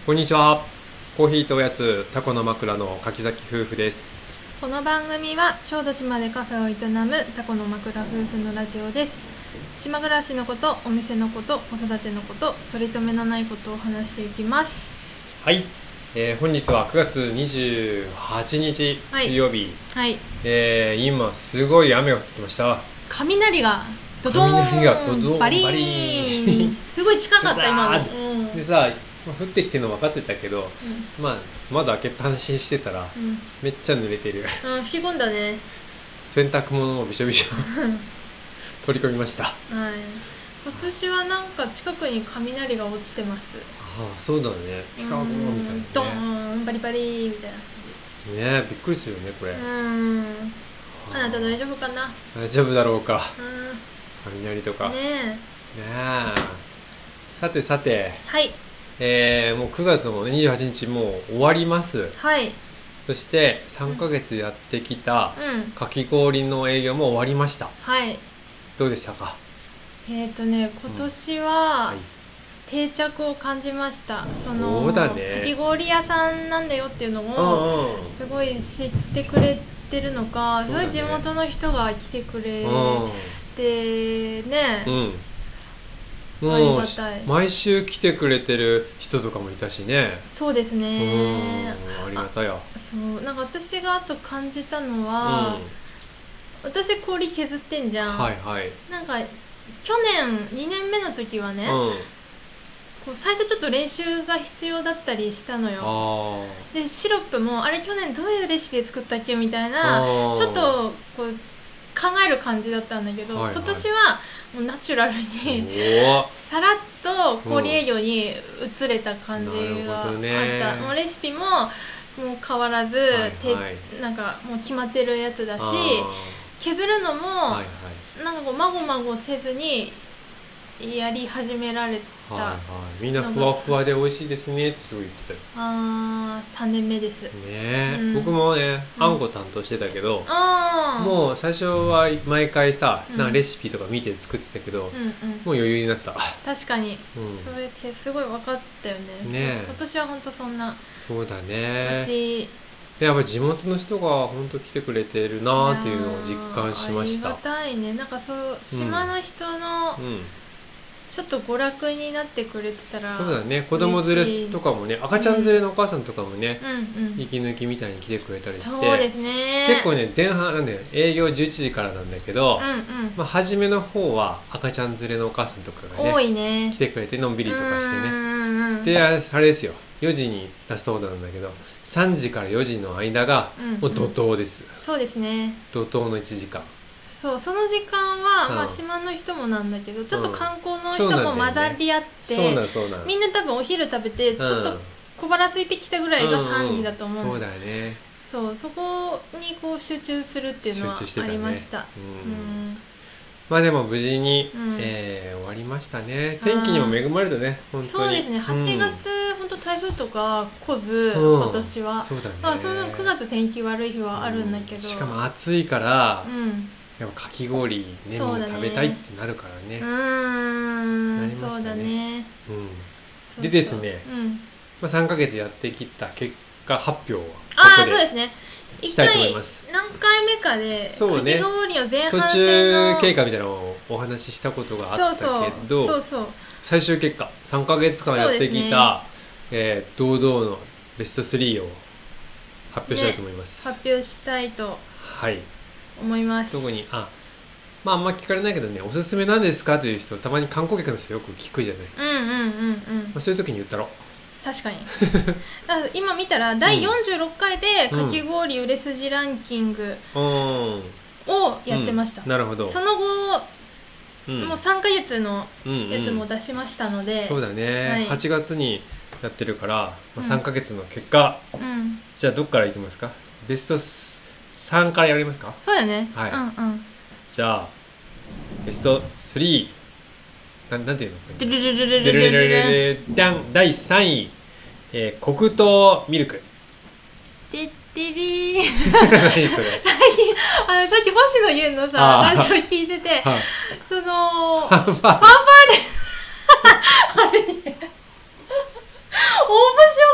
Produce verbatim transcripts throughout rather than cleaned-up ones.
こんにちは。コーヒーとおやつタコの枕の柿崎夫婦です。 この番組は小豆島でカフェを営むタコの枕夫婦のラジオです。島暮らしのこと、お店のこと、子育てのこと、取り留めのないことを話していきます。 はい、えー、本日はくがつにじゅうはちにち水曜日、 はいはい、 えー、今すごい雨が降ってきました。 雷がドドーン、 雷がドドーンバリーンすごい近かった今の、うん、 でさ、降ってきてるの分かってたけど、うん、まあ窓開けっぱなしにしてたら、うん、めっちゃ濡れてる。 うん、吹き込んだね。 洗濯物もびしょびしょ取り込みました。はい。 今年はなんか近くに雷が落ちてます。 ああ、そうだね。ピカゴーみたいな、ね、 ドーンバリバリみたいな。 ねえ、びっくりするよねこれ。うん。 あなた大丈夫かな。 大丈夫だろうか。うん。雷とか。ねえ。ねえ。さてさて。 はい。 えー、もうくがつもにじゅうはちにちもう終わります。 はい。 そしてさんかげつやってきたかき氷の営業も終わりました。 はい。 どうでしたか。 えっとね、今年は定着を感じました。うん、そのそうだね。 かき氷屋さんなんだよっていうのをすごい知ってくれてるのか、すごい地元の人が来てくれてね。うん、もう毎週来てくれてる人とかもいたしね。 そうですね。 ありがたや。 そう、なんか私があと感じたのは、うん、私氷削ってんじゃん。はいはい。なんか去年にねんめの時はね、うん、こう最初ちょっと練習が必要だったりしたのよ。でシロップもあれ去年どういうレシピで作ったっけみたいなちょっとこう考える感じだったんだけど、はいはい、今年はもうナチュラルにさらっと氷営業に移れた感じがあった、うんね、もうレシピももう変わらず、はいはい、なんかもう決まってるやつだし、削るのも、はいはい、なんかこうまごまごせずにやり始められた、はいはい、 みんなふわふわで美味しいですねってすごい言ってたよ。 あー、さんねんめですね、うん、僕もねあんこ担当してたけど、うん、もう最初は毎回さ、うん、なんかレシピとか見て作ってたけど、うんうん、もう余裕になった。 確かに、うん、それってすごい分かったよね。ね、今年は本当そんな。 そうだね。私やっぱり地元の人が本当来てくれてるなーっていうのを実感しました。 ありがたいね。なんかそう島の人の、うんうん、ちょっと娯楽になってくれてたら、 そうだね。子供連れとかもね、赤ちゃん連れのお母さんとかもね、うんうん、息抜きみたいに来てくれたりして、 そうですね。 結構ね前半なんで営業じゅういちじからなんだけど、うんうん、まあ初めの方は赤ちゃん連れのお母さんとかがね、 多いね、 来てくれてのんびりとかしてね。うんうん、であれですよ。よじにラストオーダーなんだけど、さんじからよじの間がもう怒涛です。うんうん、 そうですね。 怒涛のいちじかん。 そう、その時間は、うん、まあ島の人もなんだけど、ちょっと観光の人も混ざり合って、うんね、みんな多分お昼食べてちょっと小腹空いてきたぐらいがさんじだと思う。うんうん、そうだね。そう、そこにこう集中するっていうのはありました。 まあでも無事に、うん、えー、終わりましたね。天気にも恵まれるね、本当に。 そうですね。はちがつ、うん、本当台風とか来ず、うん、今年は。そうだね。まあそのくがつ天気悪い日はあるんだけど。 うん、しかも暑いから、うん、やっぱかき氷ね、もう食べたいってなるからね。うーん。なりましたね。そうだね。うん。でですね、うん、まあさんかげつやってきた結果発表をここで。 ああ、そうですね。したいと思います。何回目かでかき氷を前半戦の途中経過みたいなのをお話ししたことがあったけど、そうそうそうそう、最終結果さんかげつかんやってきた、ね、えー、堂々のベストスリーを発表したいと思います。 ね、発表したいと思います。 特にあまああんま聞かれないけどね、おすすめなんですかという人たまに観光客の人よく聞くじゃない。うんうんうんうん、まあ、そういう時に言ったろ。 確かにだから今見たらだいよんじゅうろっかいでかき氷売れ筋ランキングをやってました。うんうん、なるほど。その後、うん、もうさんかげつのやつも出しましたので、うんうん、 そうだね、はい、はちがつにやってるから、まあ、さんかげつの結果、うん、じゃあどっからいきますか。ベストさんからやりますか。 そうだね、 はい、うんうん、じゃあベストスリーな, なんていうのドゥルルルルルルルルルダンだいさんい、えー、黒糖ミルク。 てってりー何それ最近あのさっき星野源のさラジオ聞いてて、そのファンファーレあれね大場所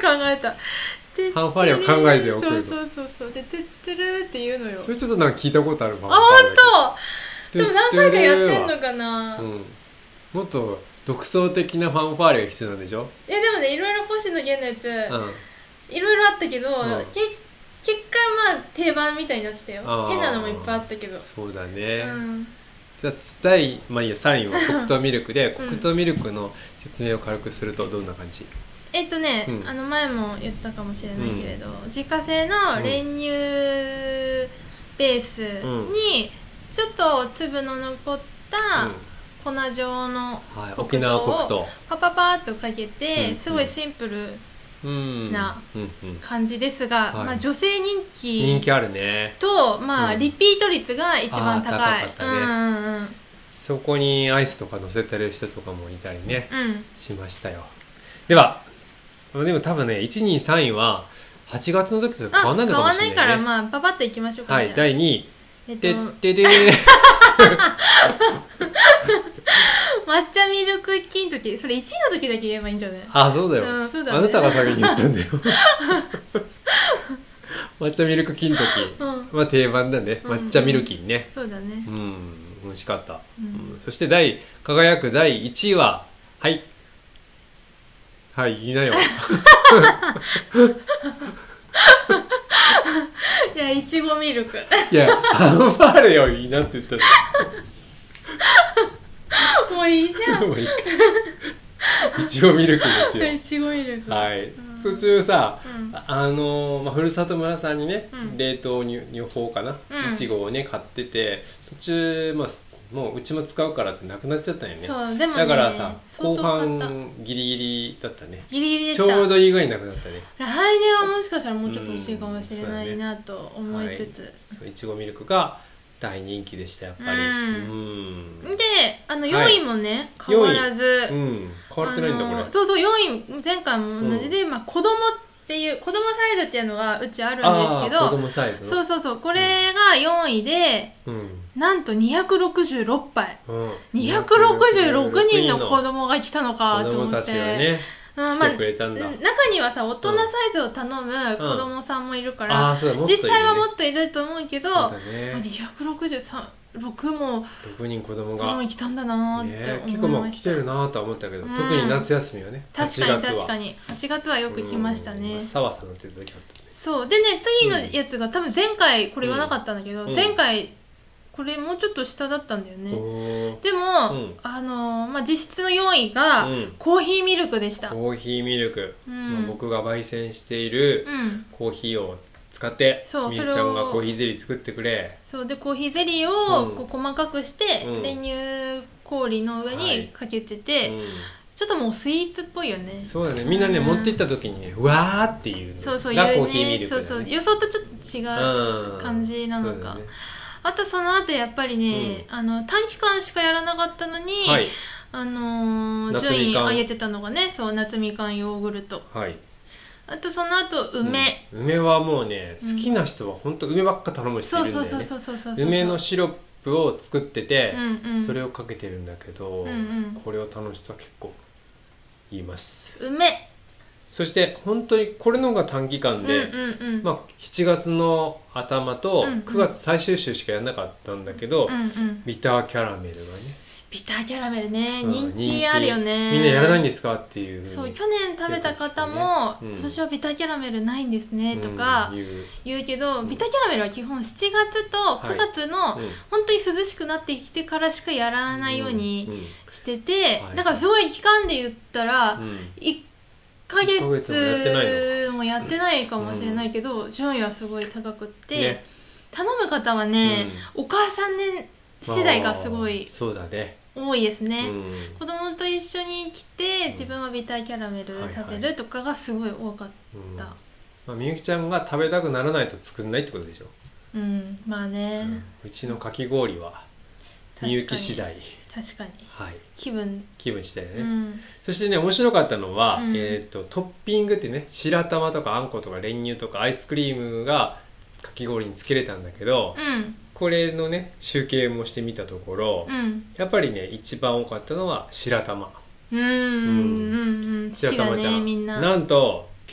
えた。 ファンファーレを考えておくの。 そうそうそうそう。で、てってるって言うのよ。 それちょっとなんか聞いたことある。 あ、ほんと。でも何回かやってんのかな。 うん。もっと独創的なファンファーレが必要なんでしょ。 いやでもね、いろいろ星野源のやつ、うん、いろいろあったけど、うん、け結果まあ定番みたいになってたよ。変なのもいっぱいあったけど。 そうだね。うん、じゃあだい、まあいいや、さんいは黒糖ミルクで、黒糖ミルクの説明を軽くするとどんな感じ？ えっとね、うん、あの前も言ったかもしれないけれど、うん、自家製の練乳ベースにちょっと粒の残った粉状の黒糖をパパパーっとかけて、すごいシンプルな感じですが、まあ女性人気人気あるねと、まあリピート率が一番高い。 そこにアイスとか乗せてる人とかもいたりね、うん、しましたよ。ではでも多分ね、いち、に、さんいははちがつの時と変わらないのかもしれないね。 変わらないから、まあパパッといきましょうか。 はい、だいにい、えっと、てってでー抹茶ミルク金時、それいちいの時だけ言えばいいんじゃない？ あ、そうだよ、うん、そうだね、あなたが先に言ったんだよ抹茶ミルク金時、うん、まあ定番だね、抹茶ミルキンね、 うんうん、そうだね、 うん、美味しかった、うんうん、そして第輝くだいいちいは、はいはい、言いなよいや、いちごミルクいや、ハンファーレよ、いいなって言ったのもういいじゃん。もういいか。 いちごミルクですよ。 いちごミルク。 はい。うん、途中さ、うん、あのまあ、ふるさと村さんにね、うん、冷凍乳宝かな、いちごをね買ってて、途中まあもううちも使うからってなくなっちゃったんよね。 そうでもね、 だからさ、後半ギリギリだったね。 ギリギリでした。 ちょうどいいぐらいなくなったね。 来年はもしかしたらもうちょっと欲しいかもしれないなと思いつつ、 いちごミルクが大人気でしたやっぱり。うんうん、で、あのよんいもね、はい、変わらず、 うん、変わってないんだこれ。 そうそう、よんい前回も同じで、うん、まあ子供っていう子供サイズっていうのがうちあるんですけど、 子供サイズの、 そうそうそう、これがよんいで、うん、なんとにひゃくろくじゅうろくぱい、うん、にひゃくろくじゅうろくにんの子供が来たのかと思って。子供たちがね、うん、来てくれたんだ。まあ、中にはさ、大人サイズを頼む子供さんもいるから、うんうん、実際はもっといると思うけど、そうだね、まあ、にひゃくろくじゅうさん、ろくもろくにん子供が子供に来たんだなって思いました、ね、 結構まあ来てるなとは思ったけど、うん、特に夏休みはね、 確かに確かにはちがつはよく来ましたね。 さわさわってる時あったね。 そうでね、次のやつが、うん、多分前回これ言わなかったんだけど、うん、前回これもうちょっと下だったんだよね。でも、うん、あのー、まあ、実質のよんいがコーヒーミルクでした、 うん、コーヒーミルク、うん、まあ、僕が焙煎しているコーヒーを使って、うん、みゆちゃんがコーヒーゼリー作ってくれ。 そうで、コーヒーゼリーをこう細かくして、うん、練乳氷の上にかけてて、はい、うん、ちょっともうスイーツっぽいよね。 そうだね、みんなね、うん、持って行った時にね、うわーっていうのがコーヒーミルクだね。 そうそう、予想とちょっと違う感じなのか、うん、あとその後やっぱりね、うん、あの短期間しかやらなかったのに、はい、あのー、順位上げてたのがね、そう、夏みかんヨーグルト、はい、あとその後梅、 うん、梅はもうね、好きな人は本当梅ばっか頼む人いるんだよね。梅のシロップを作ってて、うんうん、それをかけてるんだけど、うんうん、これを頼む人は結構います。 梅、 そして本当にこれのが短期間で、うんうんうん、まあ、しちがつの頭とくがつ最終週しかやらなかったんだけど、うんうん、ビターキャラメルがね、 ビターキャラメルね、うん、人気あるよね。 みんなやらないんですかっていう。 そう、去年食べた方も、ね、うん、今年はビターキャラメルないんですねとか言うけど、うん、ビターキャラメルは基本しちがつとくがつの、はい、うん、本当に涼しくなってきてからしかやらないようにしてて、うんうん、だからすごい期間で言ったら、うん、いっかげつもやってないかもしれないけど、順位はすごい高くって、ね、頼む方はね、うん、お母さんね世代がすごいそうだね、 多いですね、うん、子供と一緒に来て自分はビターキャラメル食べるとかがすごい多かった、うん、 まあ、みゆきちゃんが食べたくならないと作んないってことでしょ。 うん、まあね、うん、 うちのかき氷はみゆき次第、 確かに、 はい、 気分気分次第ね、うん、そしてね面白かったのは、うん、えーと、トッピングってね、白玉とかあんことか練乳とかアイスクリームがかき氷につけれたんだけど、うん、これのね集計もしてみたところ、うん、やっぱりね一番多かったのは白玉。うん、うん、うん、白玉ちゃん、みんななんと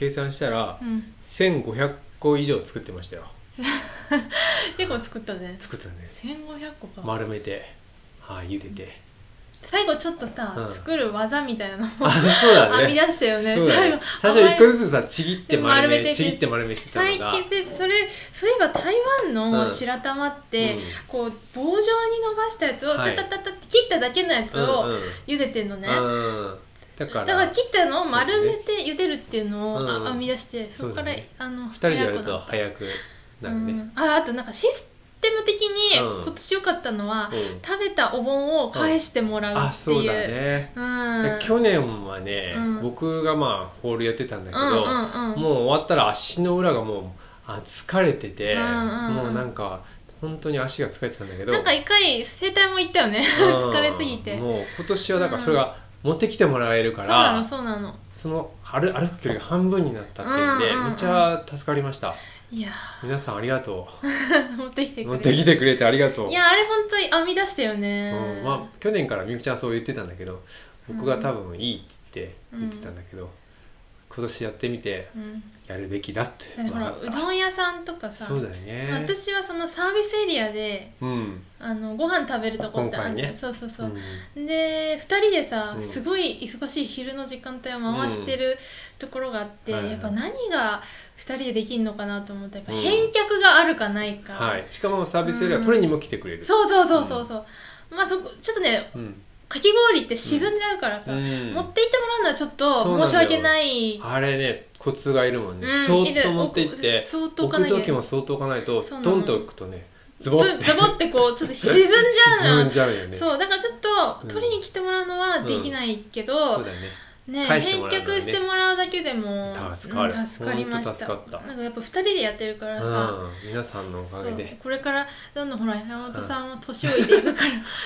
計算したら、うん、せんごひゃっこ以上作ってましたよ結構作ったね。 作ったね。 せんごひゃっこか。 丸めて、はい、茹でて、 最後ちょっとさ、うん、作る技みたいなのもそうだ、ね、 編み出したよね。 最後最初いっこずつさ、ちぎって丸めてちぎって丸めしてたのが、 最近それそういえば台湾の白玉って、うん、こう棒状に伸ばしたやつを、はい、タタタタって切っただけのやつを茹でてんのね、うんうん、だからだから切ったのを丸めて茹でるっていうのを、ね、編み出して、そこから、ね、あのふたりでやると早くなるね、うん、 あ, あとなんかシステム的に今年良かったのは、うん、食べたお盆を返してもらうっていう、うん、あ、そうだね、 うん、去年はね、うん、僕がまあホールやってたんだけど、うんうんうん、もう終わったら足の裏がもうあ疲れてて、うんうんうん、もうなんか本当に足が疲れてたんだけど、 なんか一回整体も行ったよね疲れすぎて。 もう今年はだからそれが持ってきてもらえるから、うん、 そうなのそうなの、 その歩く距離が半分になったっていうんで、うんうんうん、めっちゃ助かりました。 いや皆さんありがとう持ってきてくれて持ってきてくれてありがとう。 いやあれ本当に編み出したよね、 うん、まあ去年からみゆきちゃんはそう言ってたんだけど、僕が多分いいって言ってたんだけど、うん、今年やってみてやるべきだって分かった。 うどん屋さんとかさ、 そうだよね、 私はそのサービスエリアで、うん、あのご飯食べるとこってある、ね、そうそうそう、うん、でふたりでさ、うん、すごい忙しい昼の時間帯を回してるところがあって、うん、やっぱ何がふたりでできるのかなと思ったら、やっぱ返却があるかないか、 うん、はい、しかもサービスエリア取りにも来てくれる、うん、 そうそうそうそうそう、うん、まあそこちょっとね、うん、かき氷って沈んじゃうからさ、うん、持って行ってもらうのはちょっと申し訳ない。 あれねコツがいるもんね、うん、そーっと持って行って置く時もそーっと置かないとドンと置くとねズボッズボってこうちょっと沈んじゃうの沈んじゃうよね。 そうだからちょっと取りに来てもらうのはできないけど、うんうん、そうだねね、返してもらうのはね、返却してもらうだけでも助かる、 うん、助かりました。 助かった。 なんかやっぱふたりでやってるからさ、 うん、皆さんのおかげでこれからどんどんほら山本さんも年老いていくから、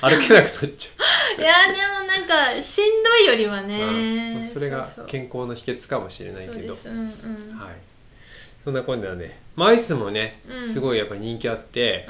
うん、歩けなくなっちゃういやでもなんかしんどいよりはね、 うん、それが健康の秘訣かもしれないけど、そうです、うんうん、はい、そんな今度はね、アイスもね、うん、すごいやっぱ人気あって、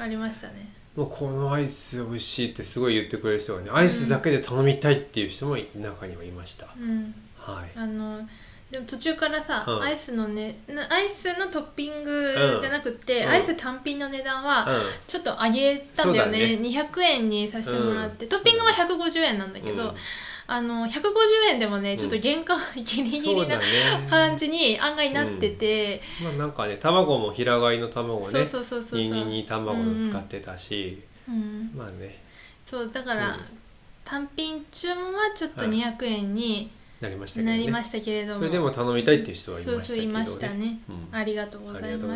ありましたね。 もうこのアイス美味しいってすごい言ってくれる人がね、アイスだけで頼みたいっていう人も中にはいました、うん、はい、 あのでも途中からさ、うん、アイスのねアイスのトッピングじゃなくて、うん、アイス単品の値段はちょっと上げたんだよね、うん、にひゃくえんにさせてもらって、うん、トッピングはひゃくごじゅうえんなんだけど、うん、あのひゃくごじゅうえんでもねちょっと原価ギリギリな感じに案外なってて、 うん、まあなんかね卵も平飼いの卵ねにひゃくにじゅうに卵の使ってたし、うん、まあねそうだから、うん、単品注文はちょっとにひゃくえんに、はいなりましたけどね、 なりましたけれども、 それでも頼みたいっていう人はいましたけどね。 そうそういましたね、うん、ありがとうございます。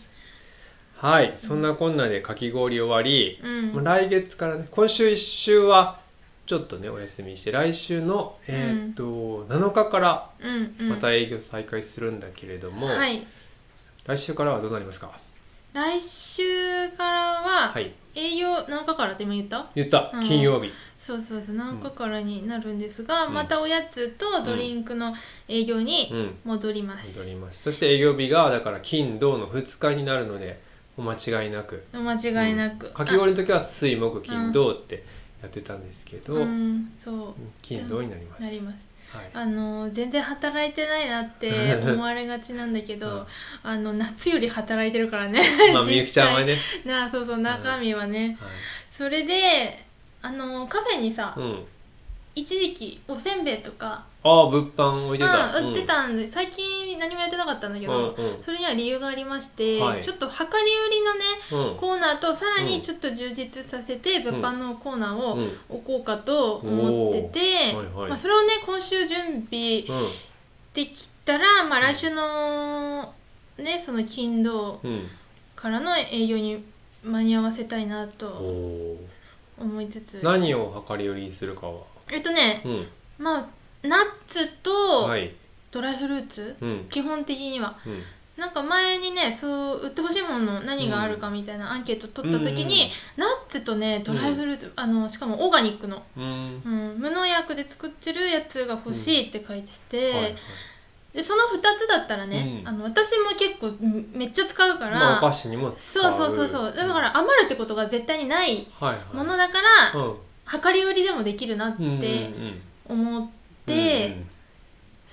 はい、そんなこんなでかき氷終わり、うん、来月からね今週いっ週はちょっとねお休みして、来週の、えー、っと、うん、なのかからまた営業再開するんだけれども、うんうん、はい、来週からはどうなりますか？ 来週からは、はい、営業なのかからって今言った？ 言った、うん、金曜日。 そうそうそうなのかからになるんですが、うん、またおやつとドリンクの営業に戻ります、 うん、戻ります。そして営業日がだから金土のふつかになるのでお間違いなくお間違いなく、 うん、かき氷の時は水木金土ってやってたんですけど、うん、そう金土になります。 なります。はい、あの全然働いてないなって思われがちなんだけど、うん、あの夏より働いてるからねまあみゆきちゃんはねなそうそう中身はね、うんはい、それであのカフェにさ、うん、一時期おせんべいとかああ物販置いてた、 うん、売ってたんで、最近何もやってなかったんだけど、うんうん、それには理由がありまして、はい、ちょっと量り売りのね、うん、コーナーとさらにちょっと充実させて、うん、物販のコーナーを置こうかと思ってて、うんはいはい、まあ、それをね今週準備できたら、まあ、来週のねその金土からの営業に間に合わせたいなと思いつつ、 何を量り売りにするかはえっとね、うん、まあナッツとドライフルーツ、はい、基本的には、うん、なんか前にねそう売ってほしいもの何があるかみたいなアンケート取った時に、うんうん、ナッツとねドライフルーツ、うん、あのしかもオーガニックの、うんうん、無農薬で作ってるやつが欲しいって書いてて、うんはいはい、でそのふたつだったらね、うん、あの私も結構めっちゃ使うから、 まあ、お菓子にも使う。 そうそうそうそうだから余るってことが絶対にないものだから、はいはい、量り売りでもできるなって思って、うんうんうん、で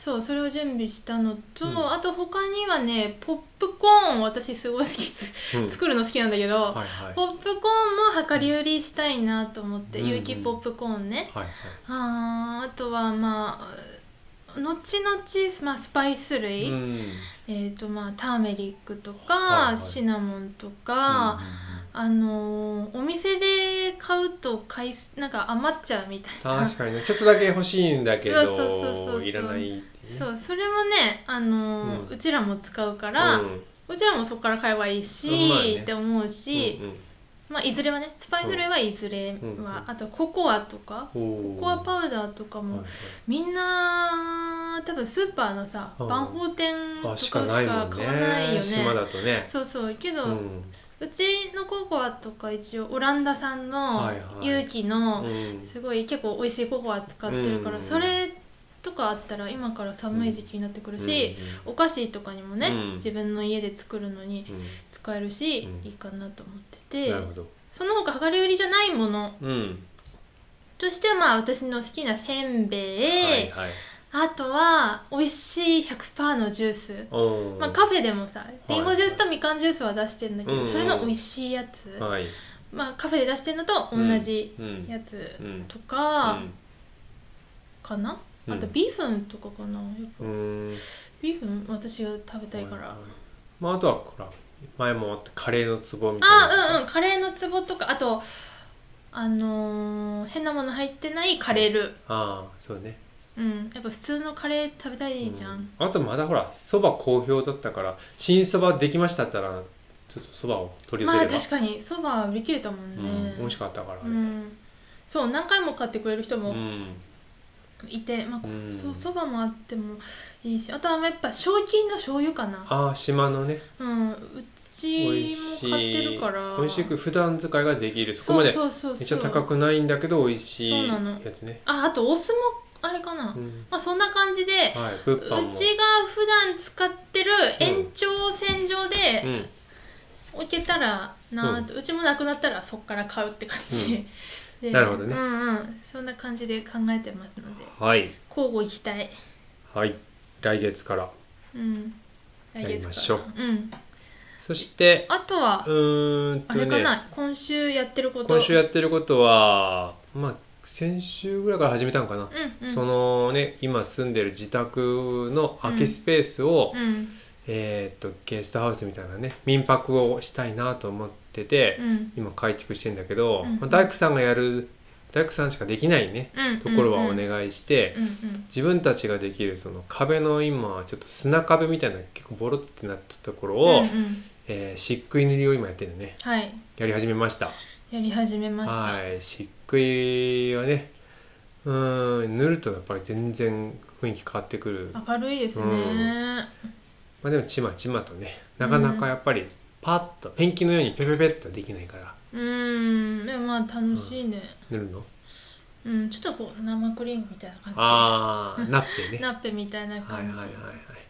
そうそれを準備したのと、うん、あと他にはねポップコーン私すごい好き、うん、作るの好きなんだけど、はいはい、ポップコーンも量り売りしたいなと思って、うん、有機ポップコーンね、はいはい、あ, あとはまあ後々、まあ、スパイス類、うん、えーとまあ、ターメリックとか、はいはい、シナモンとか、うんうんうん、あのー、お店で買うと買いなんか余っちゃうみたいな。 確かにねちょっとだけ欲しいんだけどそうそうそうそういらないっていう、ね、 そうそれもね、あのーうん、うちらも使うから、うん、うちらもそこから買えばいいし、うんまあね、って思うし、うんうんまあ、いずれはねスパイス類はいずれは、うんうん、あとココアとかココアパウダーとかも、はいはい、みんな多分スーパーのさ万宝店とかしか買わないよね。 島だとねそうそうけど、うん、うちのココアとか一応オランダ産の有機のすごい結構美味しいココア使ってるから、うん、それとかあったら今から寒い時期になってくるし、うん、お菓子とかにもね、うん、自分の家で作るのに使えるし、うん、いいかなと思ってて、なるほど。その他量り売りじゃないもの、うん、としてはまあ私の好きなせんべい、はいはい、あとは美味しい ひゃくパーセント のジュース、まあ、カフェでもさリンゴジュースとみかんジュースは出してるんだけど、はい、それの美味しいやつ、はい、まあ、カフェで出してるのと同じやつとか、うんうん、かな、あとビーフンとかかな、やっぱビーフン私が食べたいから、はいはい、 まあ、あとはほら前もあったカレーの壺みたいな、 あうんうんカレーの壺とか、あとあのー、変なもの入ってないカレールー、 ああそうね、 うん、やっぱ普通のカレー食べたいじゃん、うん、 あとまだほらそば好評だったから新そばできましたったらちょっとそばを取り寄せれば、 まあ確かにそば売り切れたもんね、 うん、美味しかったから、 うん、そう何回も買ってくれる人も、うんいて、まあ、そばもあってもいいし、あとはやっぱ正金の醤油かな。 ああ島のね、 うん、うちも買ってるから美味しく普段使いができる、そこまでめっちゃ高くないんだけど美味しいやつね。 ああとお酢もあれかな、うん、まあそんな感じで、はい、物販もうちが普段使ってる延長線上で置けたらな、うん、うちもなくなったらそっから買うって感じ、うんなるほどね、 うんうん、そんな感じで考えてますので、 はい、 交互期待。 はい来月からやりましょう、 うん、 そしてあとはうーんと、ね、 あれかな今週やってること今週やってることはまあ先週ぐらいから始めたのかな、うんうん、そのね今住んでる自宅の空きスペースを、うんうんえー、っとゲストハウスみたいなね民泊をしたいなと思ってて、うん、今改築してんだけど、うんうんまあ、大工さんがやる大工さんしかできないね、うんうんうん、ところはお願いして、うんうん、自分たちができるその壁の今ちょっと砂壁みたいな結構ボロってなったところを、うんうんえー、漆喰塗りを今やってるのね、はい、やり始めましたやり始めましたはい漆喰はねうん塗るとやっぱり全然雰囲気変わってくる明るいですね、うんまあ、でもちまちまとねなかなかやっぱりパッとペンキのようにペペペッとできないからうんでもまあ楽しいね、 うん、塗るのうんちょっとこう生クリームみたいな感じああナッペねナッペみたいな感じ、はいはいはいはい、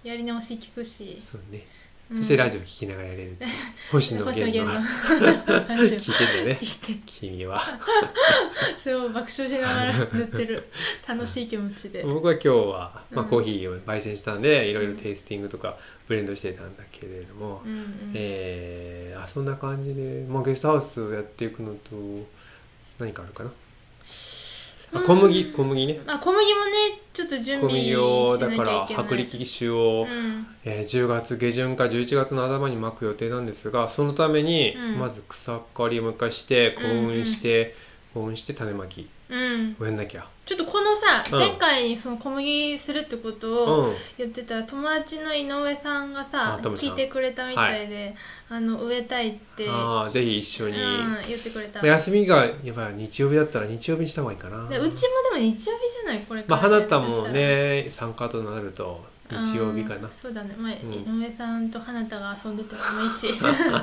やり直し聞くしそうねそしてラジオ聞きながらやれる星野源の聞いててね君はそう爆笑しながら塗ってる楽しい気持ちで僕は今日は、まあ、コーヒーを焙煎したんで、うん、いろいろテイスティングとかブレンドしてたんだけれども、うんうんえー、あそんな感じで、まあ、ゲストハウスをやっていくのと何かあるかなあ小麦小麦ねあ小麦もねちょっと準備しなきゃいけない小麦をだから薄力酒を、うんえー、じゅうがつ下旬かじゅういちがつの頭にまく予定なんですがそのためにまず草刈りをもう一回して高温して、うん、高温して種まきをやんなきゃ、うん、 ちょっとこのさ、うん、前回にその小麦するってことを言ってた友達の井上さんがさ、うん、聞いてくれたみたいで、はい、あの植えたいってあぜひ一緒に、 うん、言ってくれた休みがやっぱ日曜日だったら日曜日にした方がいいかなでうちもでも日曜日じゃないこれから、まあ、花田もね参加となると日曜日かなそうだね、まあうん、井上さんと花田が遊んでてもいいし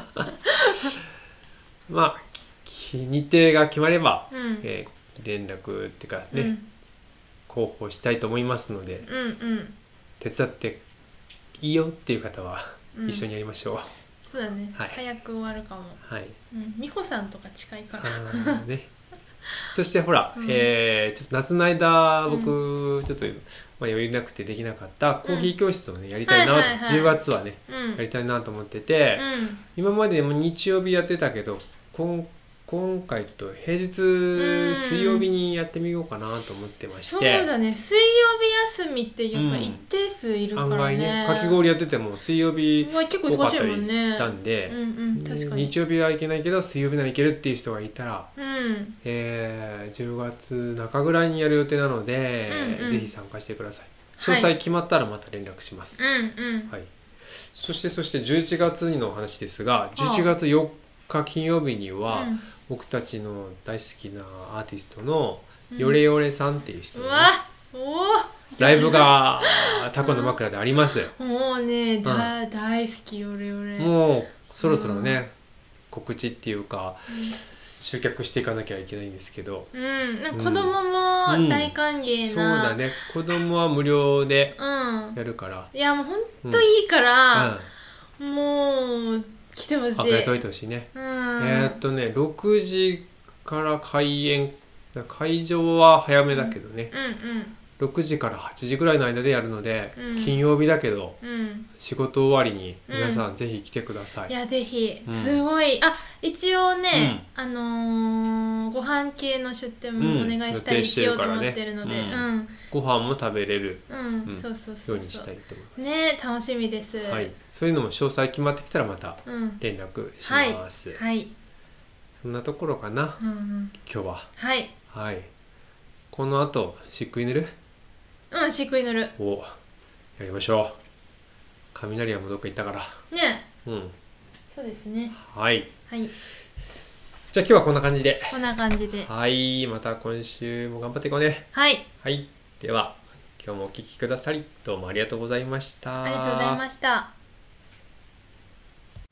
まあ日程が決まれば、うんえー連絡っていうかね、うん、広報したいと思いますので、うんうん、手伝っていいよっていう方は一緒にやりましょう、うん、 そうだね、はい、早く終わるかも、はいうん、美穂さんとか近いからねそしてほら、 うんえーちょっと夏の間僕ちょっと、まあ、余裕なくてできなかったコーヒー教室をねやりたいなと、 はいはいはいじゅうがつはねうんやりたいなと思ってて、 うん今までも日曜日やってたけど今今回ちょっと平日ん水曜日にやってみようかなと思ってましそうて、 だね、水曜日休みってやっぱ一定数いるからね、 案外ねかき氷やってても水曜日まあ結構多かったり忙しいもんねしたんで、 うんうん確かに日曜日はいけないけど水曜日ならいけるっていう人がいたら、 うんえーじゅうがつなかぐらいにやる予定なので、 うんうんぜひ参加してください。詳細決まったらまた連絡します、 うんうんはい、そしてそしてじゅういちがつの話ですが、じゅういちがつよっか金曜日には、 うん僕たちの大好きなアーティストのヨレヨレさんっていう人のね、 うわおライブがタコの枕であります。 おもうね、だ大好きヨレヨレ。 もうそろそろね、告知っていうか、集客していかなきゃいけないんですけど、 うん、なんか子供も大歓迎な、 そうだね、子供は無料でうんやるから、 いやもうほんといいから、もう来てほしい。 あげといてほしいね、 うん、 えーっとねろくじから開演、会場は早めだけどね、 うんうんろくじからはちじぐらいの間でやるので、 うん金曜日だけどうん仕事終わりに皆さんぜひ来てください、 いやぜひ、 うんすごいあ一応ね、あのーご飯系の出店もお願いしたりしようと思ってるので、 うんうんご飯も食べれるうん、 うんそうそうそうそうようにしたいと思います、 ね楽しみです。 はい、そういうのも詳細決まってきたらまたうん連絡しはいます、 はいそんなところかな、 うんうん今日は。 はいはい、この後しっくい寝るうんしっくり乗るをやりましょう。雷はもうどっか行ったからねうんそうですねはいはいじゃあ今日はこんな感じで、 こんな感じではいまた今週も頑張っていこうね。 はいはいでは今日もお聞きくださりどうもありがとうございました。 ありがとうございました。